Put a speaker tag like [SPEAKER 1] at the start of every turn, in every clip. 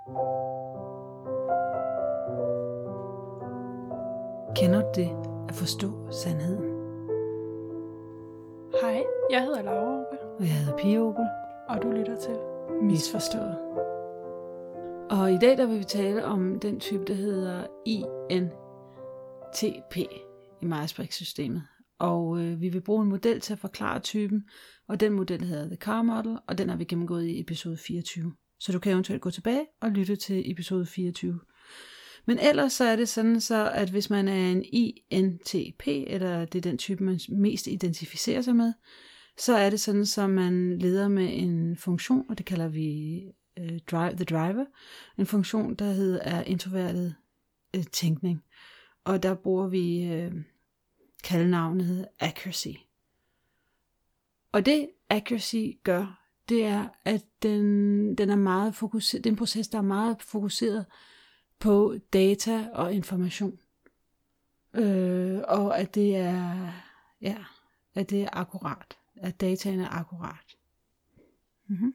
[SPEAKER 1] Kender du det at forstå sandheden?
[SPEAKER 2] Hej, jeg hedder Laura Opel,
[SPEAKER 1] Og jeg hedder Pia Opel.
[SPEAKER 2] og du lytter til
[SPEAKER 1] Misforstået. Og i dag der vil vi tale om den type, der hedder INTP i Myers-Briggs-systemet. Og vi vil bruge en model til at forklare typen, og den model hedder The Car Model, og den har vi gennemgået i episode 24. Så du kan eventuelt gå tilbage og lytte til episode 24. Men ellers så er det sådan så, at hvis man er en INTP, eller det er den type, man mest identificerer sig med, så er det sådan, så man leder med en funktion, og det kalder vi the driver, en funktion, der hedder introvertet tænkning. Og der bruger vi kaldenavnet accuracy. Og det accuracy gør, det er, at den er meget fokuseret, det er en proces, der er meget fokuseret på data og information. Og at det er, at det er akkurat. At dataen er akkurat. Mm-hmm.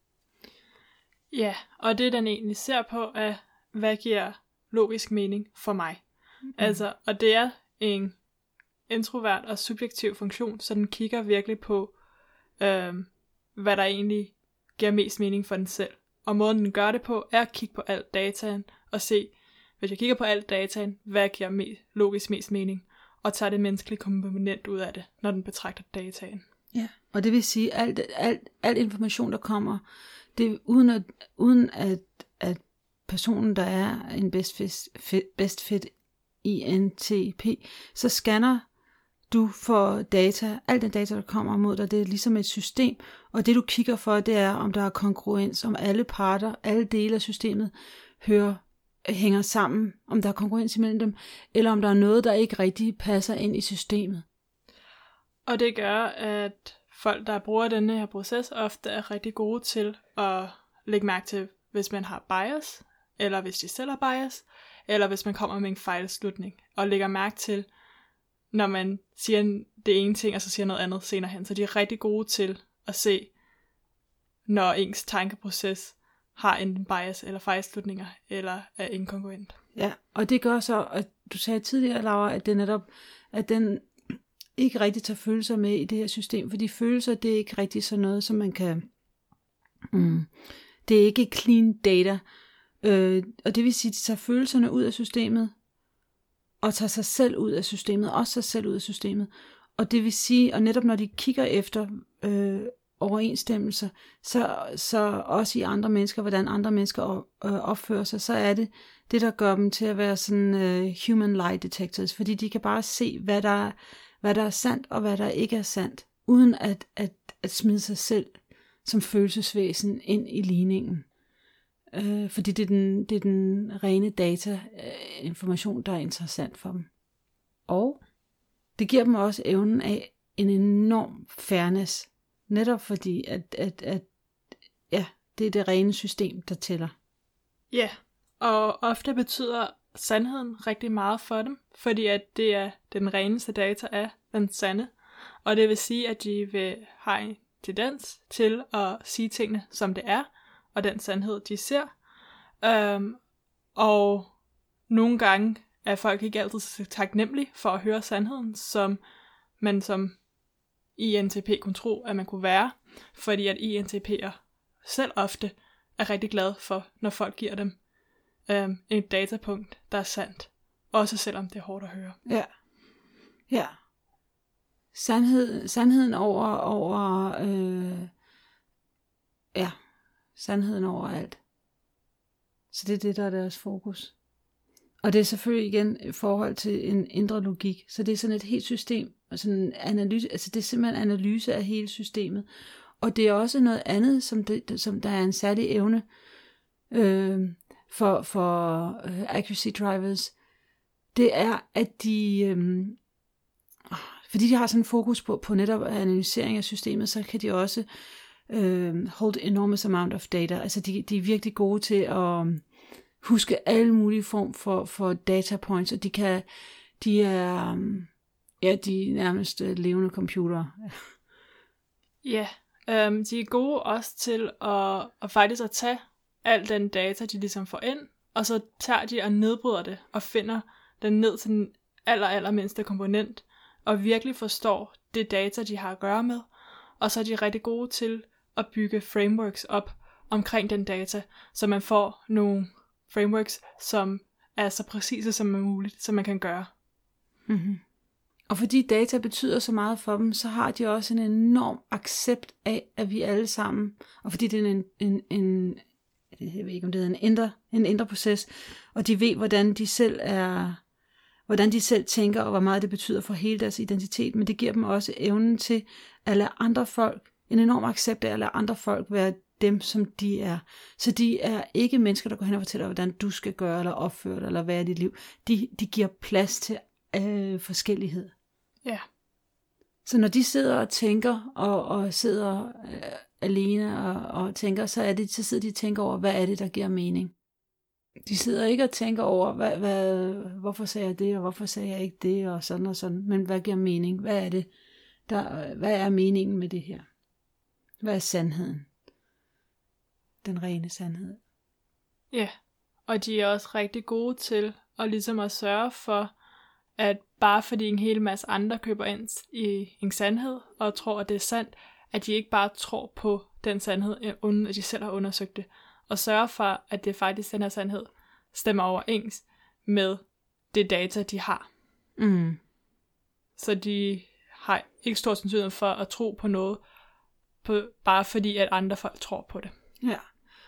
[SPEAKER 2] Ja, og det den egentlig ser på er, hvad giver logisk mening for mig. Mm-hmm. Altså, og det er en introvert og subjektiv funktion, så den kigger virkelig på, hvad der egentlig giver mest mening for den selv. Og måden den gør det på, er at kigge på alt dataen, og se, hvis jeg kigger på alt dataen, hvad giver logisk mest mening, og tager det menneskelige komponent ud af det, når den betragter dataen.
[SPEAKER 1] Ja, og det vil sige, al information, der kommer, det er uden at personen, der er en best fit INTP, så scanner du for data, alt den data, der kommer mod dig, det er ligesom et system, og det du kigger for, det er, om der er kongruens, om alle parter, alle dele af systemet hænger sammen, om der er kongruens imellem dem, eller om der er noget, der ikke rigtig passer ind i systemet.
[SPEAKER 2] Og det gør, at folk, der bruger denne her proces, ofte er rigtig gode til at lægge mærke til, hvis man har bias, eller hvis de selv har bias, eller hvis man kommer med en fejlslutning, og lægger mærke til, når man siger det ene ting, og så siger noget andet senere hen. Så de er rigtig gode til at se, når ens tankeproces har en bias eller fejlslutninger, eller er inkongruent.
[SPEAKER 1] Ja, og det gør så, at du sagde tidligere, Laura, at det netop, at den ikke rigtig tager følelser med i det her system, fordi følelser, det er ikke rigtig sådan noget, som man kan, det er ikke clean data, og det vil sige, at de tager følelserne ud af systemet, og tager sig selv ud af systemet, også sig selv ud af systemet, og det vil sige, og netop når de kigger efter overensstemmelser, så også i andre mennesker, hvordan andre mennesker opfører sig, så er det, der gør dem til at være sådan human lie detectors, fordi de kan bare se, hvad der er sandt, og hvad der ikke er sandt, uden at smide sig selv som følelsesvæsen ind i ligningen. Fordi det er den rene data-information, der er interessant for dem. Og det giver dem også evnen af en enorm fairness, netop fordi, at det er det rene system, der tæller.
[SPEAKER 2] Ja, og ofte betyder sandheden rigtig meget for dem, fordi at det er den reneste data af den sande, og det vil sige, at de vil have en tendens til at sige tingene, som det er, og den sandhed, de ser. Og nogle gange er folk ikke altid så taknemmelige for at høre sandheden, som man som INTP kunne tro, at man kunne være, fordi at INTP'er selv ofte er rigtig glade for, når folk giver dem et datapunkt, der er sandt. Også selvom det er hårdt at høre.
[SPEAKER 1] Ja. Sandheden sandheden over alt. Så det er det, der er deres fokus. Og det er selvfølgelig igen i forhold til en indre logik. Så det er sådan et helt system, og sådan en analyse, altså det er simpelthen en analyse af hele systemet. Og det er også noget andet, som der er en særlig evne for accuracy drivers. Det er, at de, fordi de har sådan en fokus på netop analysering af systemet, så kan de også hold enormous amount of data. Altså de er virkelig gode til at huske alle mulige form for data points, og de er nærmest levende computere.
[SPEAKER 2] Ja, de er gode også til at faktisk at tage al den data, de ligesom får ind, og så tager de og nedbryder det, og finder den ned til den allermindste komponent, og virkelig forstår det data, de har at gøre med, og så er de rigtig gode til at bygge frameworks op omkring den data, så man får nogle frameworks, som er så præcise som muligt, som man kan gøre.
[SPEAKER 1] Mm-hmm. Og fordi data betyder så meget for dem, så har de også en enorm accept af, at vi alle sammen, og fordi det er jeg ved ikke om det er en indre proces, og de ved, hvordan de selv tænker, og hvor meget det betyder for hele deres identitet, men det giver dem også evnen til at lade andre folk, en enorm accept af at lade andre folk være dem, som de er. Så de er ikke mennesker, der går hen og fortæller, hvordan du skal gøre, eller opføre dig, eller være i dit liv. De giver plads til forskellighed.
[SPEAKER 2] Ja.
[SPEAKER 1] Så når de sidder og tænker, og sidder alene og tænker, så sidder de og tænker over, hvad er det, der giver mening. De sidder ikke og tænker over, hvorfor sagde jeg det, og hvorfor sagde jeg ikke det, og sådan, men hvad giver mening? Hvad er det, hvad er meningen med det her? Hvad er sandheden? Den rene sandhed.
[SPEAKER 2] Ja, og de er også rigtig gode til at ligesom at sørge for, at bare fordi en hel masse andre køber ind i en sandhed, og tror, at det er sandt, at de ikke bare tror på den sandhed, uden at de selv har undersøgt det, og sørge for, at det faktisk den her sandhed stemmer overens med det data, de har.
[SPEAKER 1] Mm. Så
[SPEAKER 2] de har ikke stor sandsynlighed for at tro på noget, bare fordi at andre folk tror på det.
[SPEAKER 1] Ja,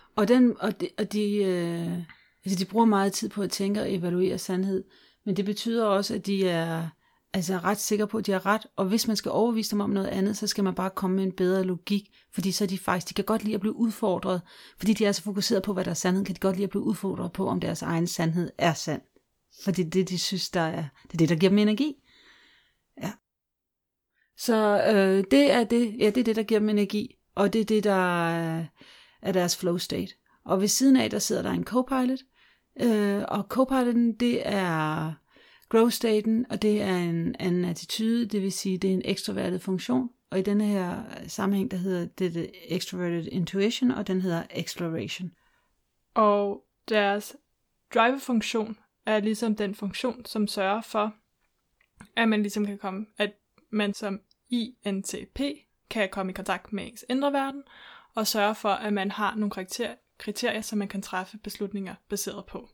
[SPEAKER 1] de bruger meget tid på at tænke og evaluere sandhed, men det betyder også, at de er ret sikre på, at de har ret, og hvis man skal overbevise dem om noget andet, så skal man bare komme med en bedre logik, fordi så er de kan godt lide at blive udfordret, fordi de er så fokuseret på, hvad der er sandhed, kan de godt lide at blive udfordret på, om deres egen sandhed er sand. Fordi det, de synes, det er det, der giver dem energi. Ja. Så det er det, der giver dem energi, og det er det, der er deres flow state. Og ved siden af, der sidder der en copilot, og copiloten, det er growth-staten, og det er en anden attitude, det vil sige, det er en ekstravertet funktion, og i denne her sammenhæng, der hedder det extroverted intuition, og den hedder exploration.
[SPEAKER 2] Og deres driver-funktion er ligesom den funktion, som sørger for, at man ligesom kan komme, at man som INTP kan komme i kontakt med ens indre verden, og sørge for, at man har nogle kriterier, som man kan træffe beslutninger baseret på.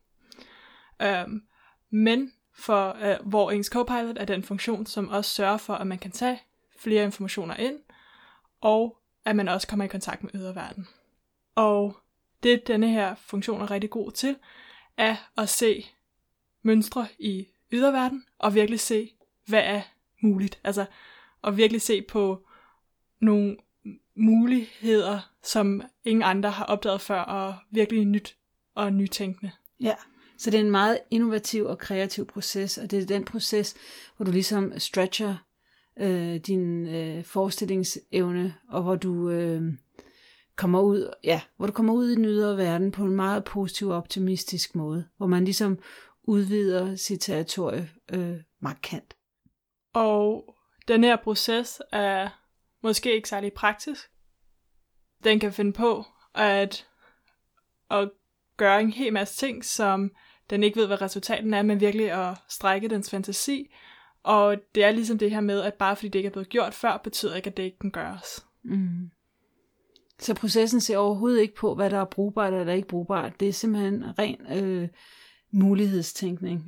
[SPEAKER 2] Men hvor ens copilot er den funktion, som også sørger for, at man kan tage flere informationer ind, og at man også kommer i kontakt med yderverden. Og det, denne her funktion er rigtig god til, er at se mønstre i yderverden, og virkelig se, hvad er muligt. Altså, at virkelig se på nogle muligheder, som ingen andre har opdaget før, og virkelig nyt og nytænkende.
[SPEAKER 1] Ja, så det er en meget innovativ og kreativ proces, og det er den proces, hvor du ligesom stretcher din forestillingsevne, og hvor du kommer ud i den ydre verden på en meget positiv og optimistisk måde, hvor man ligesom udvider sit territorie markant.
[SPEAKER 2] Og den her proces er måske ikke særlig praktisk. Den kan finde på at gøre en hel masse ting, som den ikke ved, hvad resultaten er, men virkelig at strække dens fantasi. Og det er ligesom det her med, at bare fordi det ikke er blevet gjort før, betyder ikke, at det ikke kan gøres.
[SPEAKER 1] Mm. Så processen ser overhovedet ikke på, hvad der er brugbart eller ikke brugbart. Det er simpelthen ren mulighedstænkning.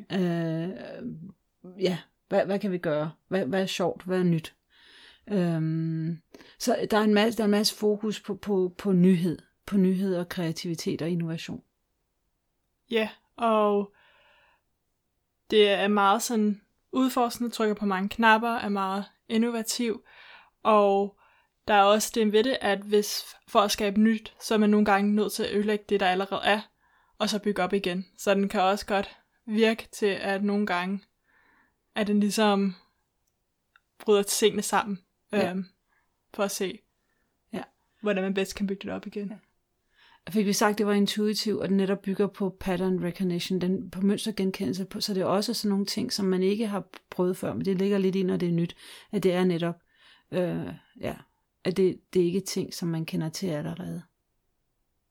[SPEAKER 1] Hvad kan vi gøre? Hvad er sjovt? Hvad er nyt? Så der er en masse fokus på nyhed. På nyhed og kreativitet og innovation.
[SPEAKER 2] Ja, og det er meget sådan udforskende, trykker på mange knapper, er meget innovativ, og der er også det ved det, at hvis for at skabe nyt, så er man nogle gange nødt til at ødelægge det, der allerede er, og så bygge op igen. Så den kan også godt virke til, at nogle gange, at den ligesom bryder tingene sammen, for at se, hvordan man bedst kan bygge det op igen. Ja.
[SPEAKER 1] Fik vi sagt, det var intuitiv, og den netop bygger på pattern recognition, den på mønstergenkendelse, så det er også sådan nogle ting, som man ikke har prøvet før, men det ligger lidt i, når det er nyt, at det er netop, at det er ikke ting, som man kender til allerede.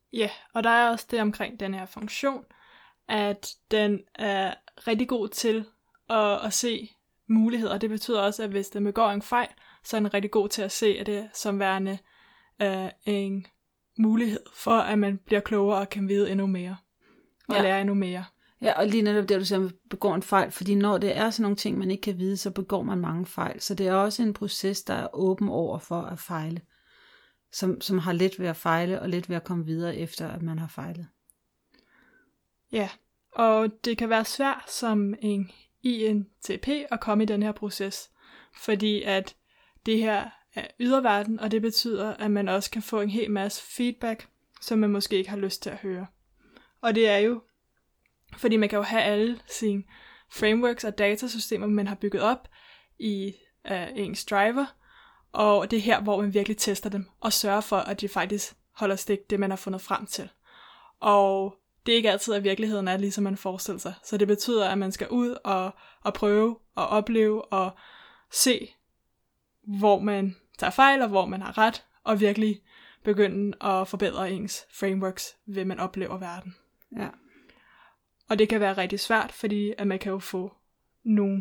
[SPEAKER 2] Ja, og der er også det omkring den her funktion, at den er rigtig god til at se muligheder. Det betyder også, at hvis den begår en fejl, så er den rigtig god til at se det som værende en mulighed for, at man bliver klogere og kan vide endnu mere. Og lære endnu mere.
[SPEAKER 1] Ja, og lige netop det, du siger, at man begår en fejl, fordi når det er sådan nogle ting, man ikke kan vide, så begår man mange fejl. Så det er også en proces, der er åben over for at fejle. Som har let ved at fejle, og let ved at komme videre efter, at man har fejlet.
[SPEAKER 2] Ja, og det kan være svært som en INTP at komme i den her proces, fordi at det her er yderverden, og det betyder, at man også kan få en hel masse feedback, som man måske ikke har lyst til at høre. Og det er jo, fordi man kan jo have alle sine frameworks og datasystemer, man har bygget op i ens driver, og det er her, hvor man virkelig tester dem, og sørger for, at de faktisk holder stik det, man har fundet frem til. Og det er ikke altid, at virkeligheden er, ligesom man forestiller sig. Så det betyder, at man skal ud og prøve og opleve og se, hvor man tager fejl, og hvor man har ret, og virkelig begynde at forbedre ens frameworks, ved man oplever verden.
[SPEAKER 1] Ja.
[SPEAKER 2] Og det kan være rigtig svært, fordi at man kan jo få nogle...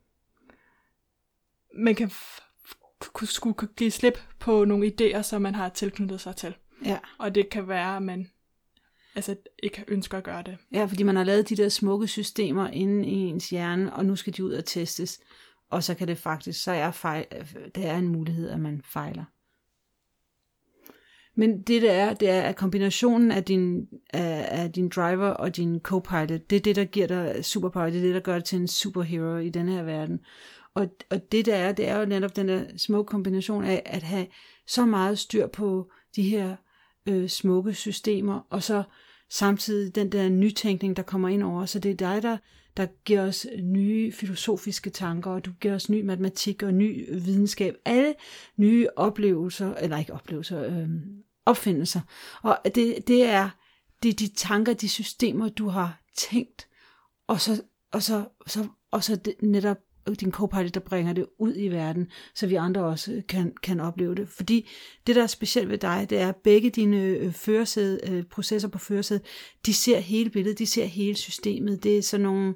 [SPEAKER 2] Man kan skulle give slip på nogle idéer, som man har tilknyttet sig til.
[SPEAKER 1] Ja.
[SPEAKER 2] Og det kan være, at man ikke ønsker at gøre det.
[SPEAKER 1] Ja, fordi man har lavet de der smukke systemer inde i ens hjerne, og nu skal de ud og testes. Og så kan det faktisk, det er en mulighed, at man fejler. Men det er, at kombinationen af din driver og din copilot, det er det, der giver dig superpower, det er det, der gør dig til en superhero i den her verden. Og det er jo netop den der smukke kombination af at have så meget styr på de her smukke systemer, og så samtidig den der nytænkning, der kommer ind over. Så det er dig, der giver os nye filosofiske tanker, og du giver os ny matematik og ny videnskab. Alle nye opfindelser. Og det er de tanker, de systemer, du har tænkt, og så det, netop din copilot, der bringer det ud i verden, så vi andre også kan opleve det. Fordi det, der er specielt ved dig, det er, at begge dine processer på førersædet, de ser hele billedet, de ser hele systemet. Det er sådan nogle,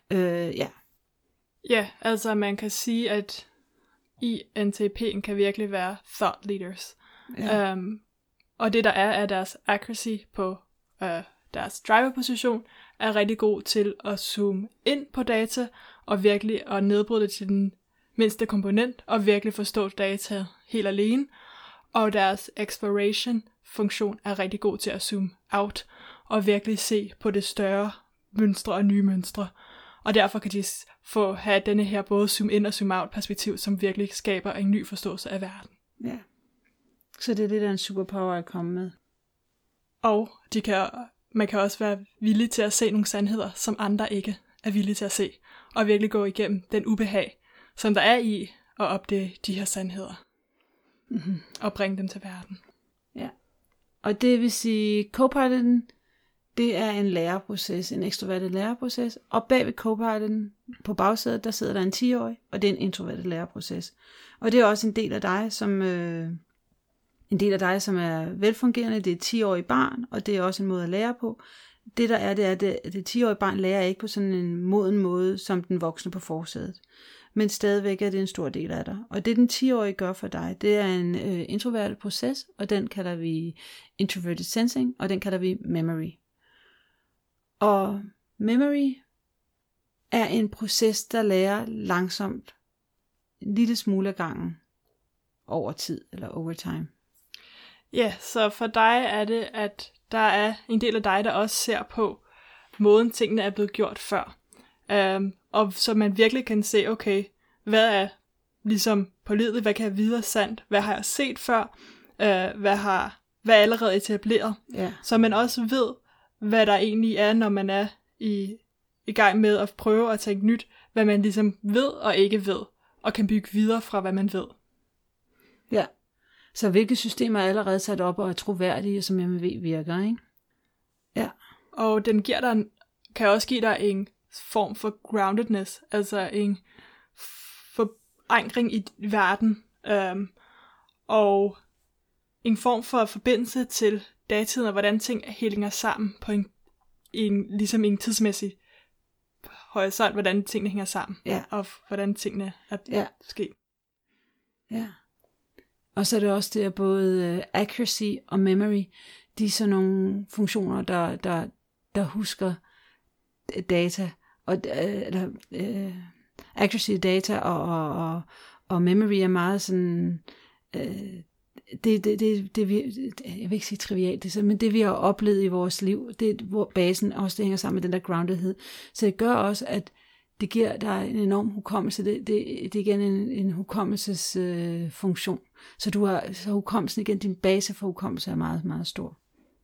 [SPEAKER 2] Ja, altså man kan sige, at INTP'en kan virkelig være thought leaders. Ja. Og det der er deres accuracy på deres driverposition, er rigtig god til at zoome ind på data, og virkelig at nedbryde det til den mindste komponent, og virkelig forstå data helt alene. Og deres exploration-funktion er rigtig god til at zoome out, og virkelig se på det større mønstre og nye mønstre. Og derfor kan de have denne her både zoom in og zoom out perspektiv, som virkelig skaber en ny forståelse af verden.
[SPEAKER 1] Ja. Så det er det, der er en superpower at komme med.
[SPEAKER 2] Og man kan også være villig til at se nogle sandheder, som andre ikke er villige til at se, og virkelig gå igennem den ubehag, som der er i at opdage de her sandheder, og bringe dem til verden.
[SPEAKER 1] Ja, og det vil sige, copiloten, det er en læreproces, en ektrovertet læreproces, og bag ved copiloten på bagsædet, der sidder der en 10-årig, og det er en introvertet læreproces. Og det er også en del af dig, som er velfungerende, det er et 10-årige barn, og det er også en måde at lære på. Det der er, det 10-årige barn lærer ikke på sådan en moden måde, som den voksne på forsædet. Men stadigvæk er det en stor del af dig. Og det den 10-årige gør for dig, det er en introvertet proces, og den kalder vi introverted sensing, og den kalder vi memory. Og memory er en proces, der lærer langsomt en lille smule af gangen over tid, eller over time.
[SPEAKER 2] Ja, så for dig er det, at der er en del af dig, der også ser på måden, tingene er blevet gjort før. Og så man virkelig kan se, okay, hvad er ligesom pålideligt, hvad kan jeg vide er sandt, hvad har jeg set før, hvad er allerede etableret.
[SPEAKER 1] Ja.
[SPEAKER 2] Så man også ved, hvad der egentlig er, når man er i gang med at prøve at tænke nyt, hvad man ligesom ved og ikke ved, og kan bygge videre fra, hvad man ved.
[SPEAKER 1] Ja. Så hvilke systemer er allerede sat op og er troværdige, som jeg ved virker, ikke? Ja.
[SPEAKER 2] Og den kan også give dig en form for groundedness, altså en forankring i verden. Og en form for forbindelse til datiden, og hvordan ting hænger sammen på ligesom en tidsmæssig horisont, hvordan tingene hænger sammen, og hvordan tingene er sket.
[SPEAKER 1] Ja. Og så er det også det, at både accuracy og memory, de er sådan nogle funktioner, der husker data, og accuracy data og memory er meget sådan, det vi, jeg vil ikke sige trivialt, men det vi har oplevet i vores liv, det hvor basen også det hænger sammen med den der groundedhed. Så det gør også, at det giver dig en enorm hukommelse. Det er igen en hukommelsesfunktion. Så hukommelsen igen, din base for hukommelse er meget, meget stor.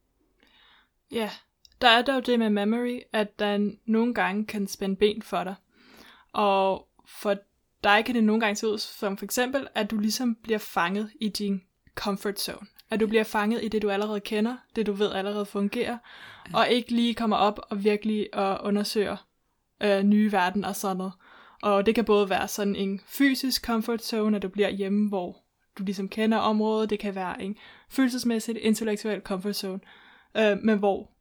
[SPEAKER 2] Ja, der er dog det med memory, at der nogle gange kan spænde ben for dig. Og for dig kan det nogle gange se ud som for eksempel, at du ligesom bliver fanget i din comfort zone. At du bliver fanget i det, du allerede kender, det du ved allerede fungerer, og ikke lige kommer op og virkelig undersøger nye verden og sådan noget. Og det kan både være sådan en fysisk comfort zone, at du bliver hjemme, hvor du ligesom kender området. Det kan være en følelsesmæssigt, intellektuel comfort zone, men hvor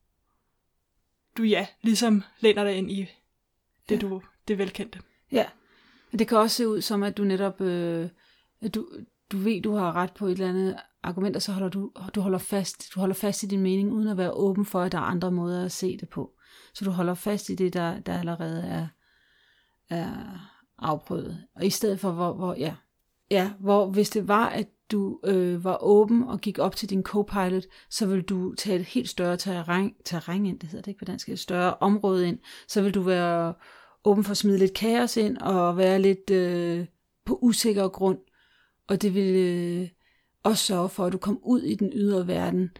[SPEAKER 2] du ligesom læner dig ind i det velkendte. Ja,
[SPEAKER 1] men det kan også se ud som, at du netop, at du ved, du har ret på et eller andet argument, og så holder du holder fast i din mening, uden at være åben for, at der er andre måder at se det på. Så du holder fast i det, der allerede er afprøvet. Og i stedet for, hvor hvis det var, at du var åben og gik op til din co-pilot, så vil du tage et helt større terræn ind, det hedder det ikke på dansk, et større område ind, så vil du være åben for at smide lidt kaos ind, og være lidt på usikker grund, og det vil også sørge for, at du kommer ud i den ydre verden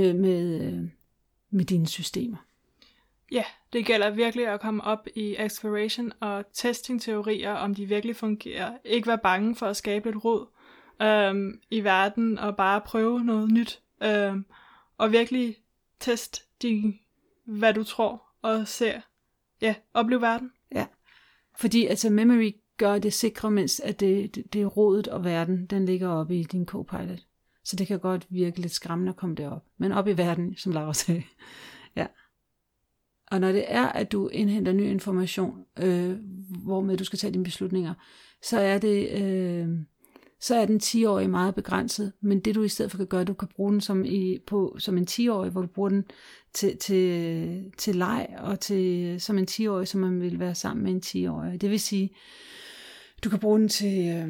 [SPEAKER 1] med dine systemer.
[SPEAKER 2] Ja, det gælder virkelig at komme op i exploration og testing-teorier, om de virkelig fungerer. Ikke være bange for at skabe lidt rod i verden, og bare prøve noget nyt. Og virkelig teste hvad du tror og ser. Ja, opleve verden.
[SPEAKER 1] Ja, fordi altså memory gør det sikre, mens at det er rodet og verden, den ligger oppe i din co-pilot. Så det kan godt virke lidt skræmmende at komme derop. Men op i verden, som Laura sagde. Ja. Og når det er, at du indhenter ny information, hvormed du skal tage dine beslutninger, så er den 10-årige meget begrænset. Men det du i stedet for kan gøre, du kan bruge den som en 10-årig, hvor du bruger den til leg, og som en 10-årig, som man vil være sammen med en 10-årig. Det vil sige, du kan bruge den til...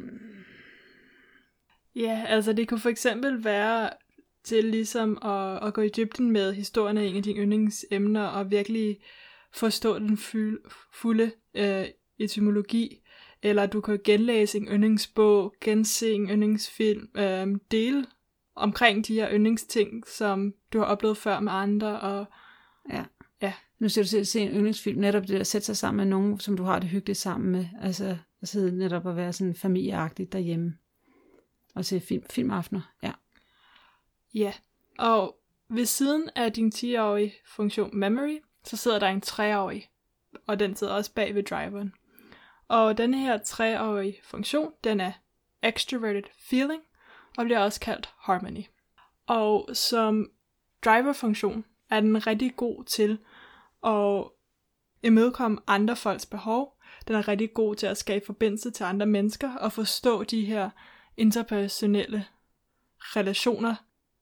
[SPEAKER 2] Ja, altså det kunne for eksempel være til ligesom at gå i dybden med historien af en af dine yndlingsemner, og virkelig forstå den fulde etymologi, eller du kan genlæse en yndlingsbog, gense en yndlingsfilm, dele omkring de her yndlingsting, som du har oplevet før med andre. Og
[SPEAKER 1] ja. Nu ser du selv se en yndlingsfilm, netop det at sætte sig sammen med nogen, som du har det hyggeligt sammen med, altså at sidde netop og være sådan familieagtigt derhjemme, og se filmaftener, ja.
[SPEAKER 2] Ja, og ved siden af din 10-årige funktion memory, så sidder der en 3-årig, og den sidder også bag ved driveren. Og denne her 3-årige funktion, den er extroverted feeling, og bliver også kaldt harmony. Og som driverfunktion er den rigtig god til at imødekomme andre folks behov. Den er rigtig god til at skabe forbindelse til andre mennesker, og forstå de her interpersonelle relationer,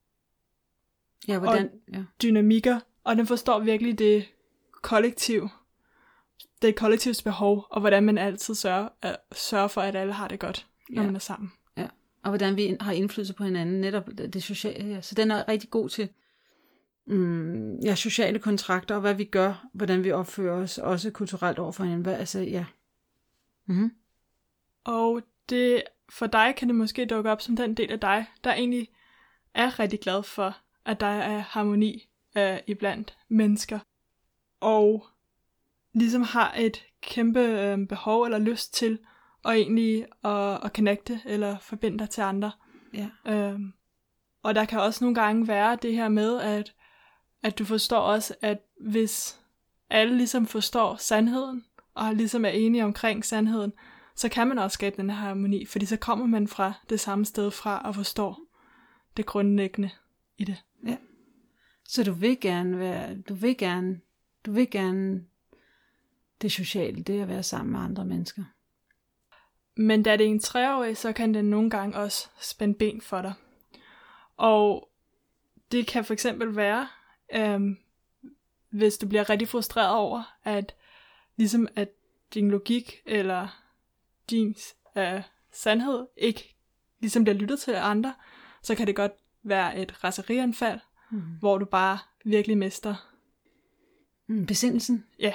[SPEAKER 2] og dynamikker, og den forstår virkelig det kollektivs behov, og hvordan man altid sørger for, at alle har det godt, når man er sammen.
[SPEAKER 1] Ja, og hvordan vi har indflydelse på hinanden, netop det sociale. Ja. Så den er rigtig god til sociale kontrakter, og hvad vi gør, hvordan vi opfører os, også kulturelt over for hinanden. Altså, ja. Mm-hmm.
[SPEAKER 2] Og det, for dig kan det måske dukke op som den del af dig, der egentlig er rigtig glad for, at der er harmoni iblandt mennesker, og ligesom har et kæmpe behov eller lyst til at egentlig at connecte eller forbinde dig til andre.
[SPEAKER 1] Ja.
[SPEAKER 2] Og der kan også nogle gange være det her med, at du forstår også, at hvis alle ligesom forstår sandheden, og ligesom er enige omkring sandheden, så kan man også skabe den her harmoni, fordi så kommer man fra det samme sted fra og forstår det grundlæggende i det.
[SPEAKER 1] Ja. Så du vil gerne det sociale, det at være sammen med andre mennesker.
[SPEAKER 2] Men da det er en 3-årig, så kan det nogle gange også spænde ben for dig. Og det kan for eksempel være, hvis du bliver rigtig frustreret over, at ligesom at din logik eller din sandhed ikke ligesom bliver lyttet til andre, så kan det godt være et raserianfald, hvor du bare virkelig mister
[SPEAKER 1] besindelsen.
[SPEAKER 2] Ja.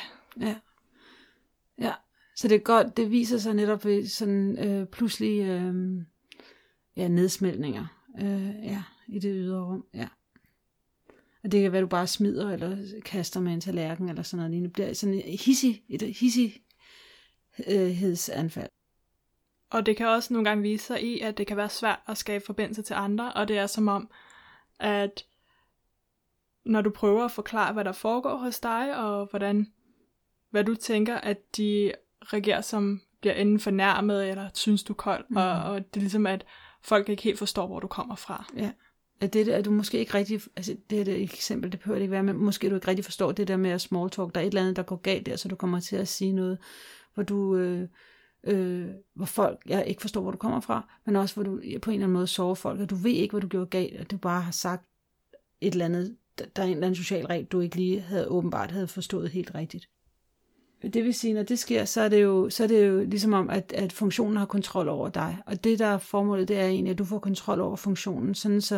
[SPEAKER 1] Så det er godt, det viser sig netop ved sådan pludselig nedsmeltninger i det ydre rum. Ja. Og det kan være, du bare smider eller kaster med en tallerken eller sådan noget lignende. Det bliver sådan et hissighedsanfald.
[SPEAKER 2] Og det kan også nogle gange vise sig i, at det kan være svært at skabe forbindelse til andre, og det er som om, at når du prøver at forklare, hvad der foregår hos dig, og hvad du tænker, at de reagerer som bliver enten fornærmet, eller synes du er kold, og det er ligesom, at folk ikke helt forstår, hvor du kommer fra.
[SPEAKER 1] Ja. At du måske ikke rigtig, altså det er et eksempel, det behøver det ikke være, men måske du ikke rigtig forstår det der med at small talk, der er et eller andet, der går galt der, så du kommer til at sige noget, hvor du, hvor folk, jeg ikke forstår, hvor du kommer fra, men også hvor du på en eller anden måde sårer folk, og du ved ikke, hvad du gjorde galt, og du bare har sagt et eller andet, der er en eller anden social regel, du ikke lige åbenbart havde forstået helt rigtigt. Det vil sige, når det sker, så er det jo ligesom om, at funktionen har kontrol over dig. Og det, der er formålet, det er egentlig, at du får kontrol over funktionen. Sådan så,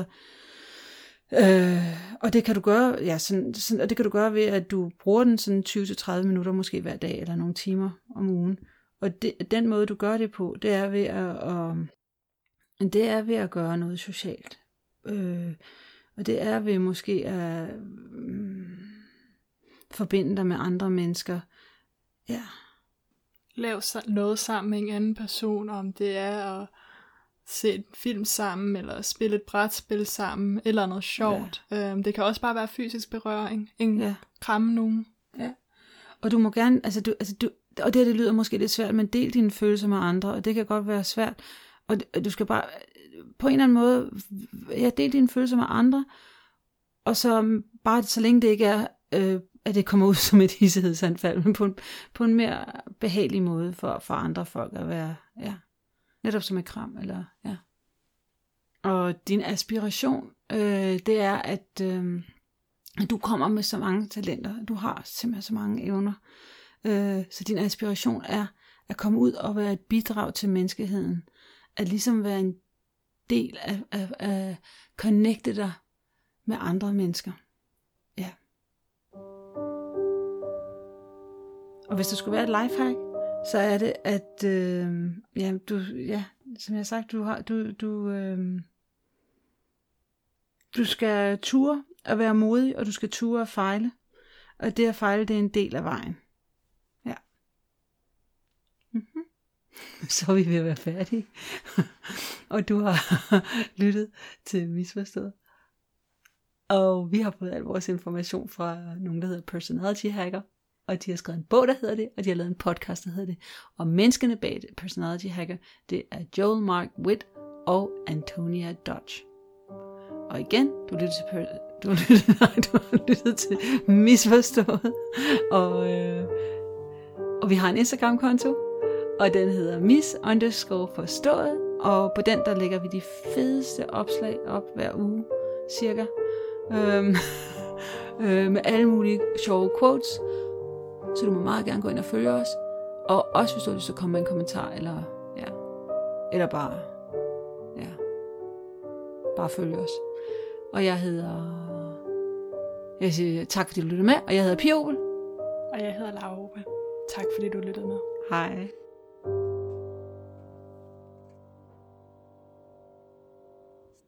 [SPEAKER 1] og det kan du gøre, og det kan du gøre ved, at du bruger den sådan 20-30 minutter måske hver dag, eller nogle timer om ugen. Og den måde, du gør det på, det er ved at gøre noget socialt. Og det er ved måske at forbinde dig med andre mennesker. Ja.
[SPEAKER 2] Lav noget sammen med en anden person, om det er at se en film sammen, eller spille et brætspil sammen, eller noget sjovt. Ja. Det kan også bare være fysisk berøring, kramme nogen.
[SPEAKER 1] Ja. Og du må gerne, og det lyder måske lidt svært, men del dine følelser med andre, og det kan godt være svært. Og du skal bare, på en eller anden måde, del dine følelser med andre, og så bare så længe det ikke er, at det kommer ud som et hissehedsanfald, men på en mere behagelig måde for andre folk at være, netop som et kram, eller, Og din aspiration, det er, at du kommer med så mange talenter, du har simpelthen så mange evner, så din aspiration er at komme ud og være et bidrag til menneskeheden, at ligesom være en del af connecte dig med andre mennesker. Ja. Og hvis der skulle være et lifehack, så er det, at som jeg har sagt, du skal ture at være modig, og du skal ture at fejle. Og det at fejle, det er en del af vejen. Ja. Mm-hmm. Så er vi ved at være færdige. Og du har lyttet til Misforstået. Og vi har fået al vores information fra nogen, der hedder Personality Hacker. Og de har skrevet en bog, der hedder det, og de har lavet en podcast, der hedder det. Og menneskene bag det, Personality Hacker, det er Joel Mark Witt og Antonia Dodge. Og igen, du har lyttet til Misforstået. Og vi har en Instagram-konto, og den hedder mis_forstået. Og på den, der lægger vi de fedeste opslag op hver uge, cirka. Med alle mulige sjove quotes. Så du må meget gerne gå ind og følge os. Og også hvis du har lyst til at komme med en kommentar, eller bare følge os. Og jeg siger tak fordi du lyttede med, og jeg hedder Pia Opel.
[SPEAKER 2] Og jeg hedder Laura Opel. Tak fordi du lyttede med.
[SPEAKER 1] Hej.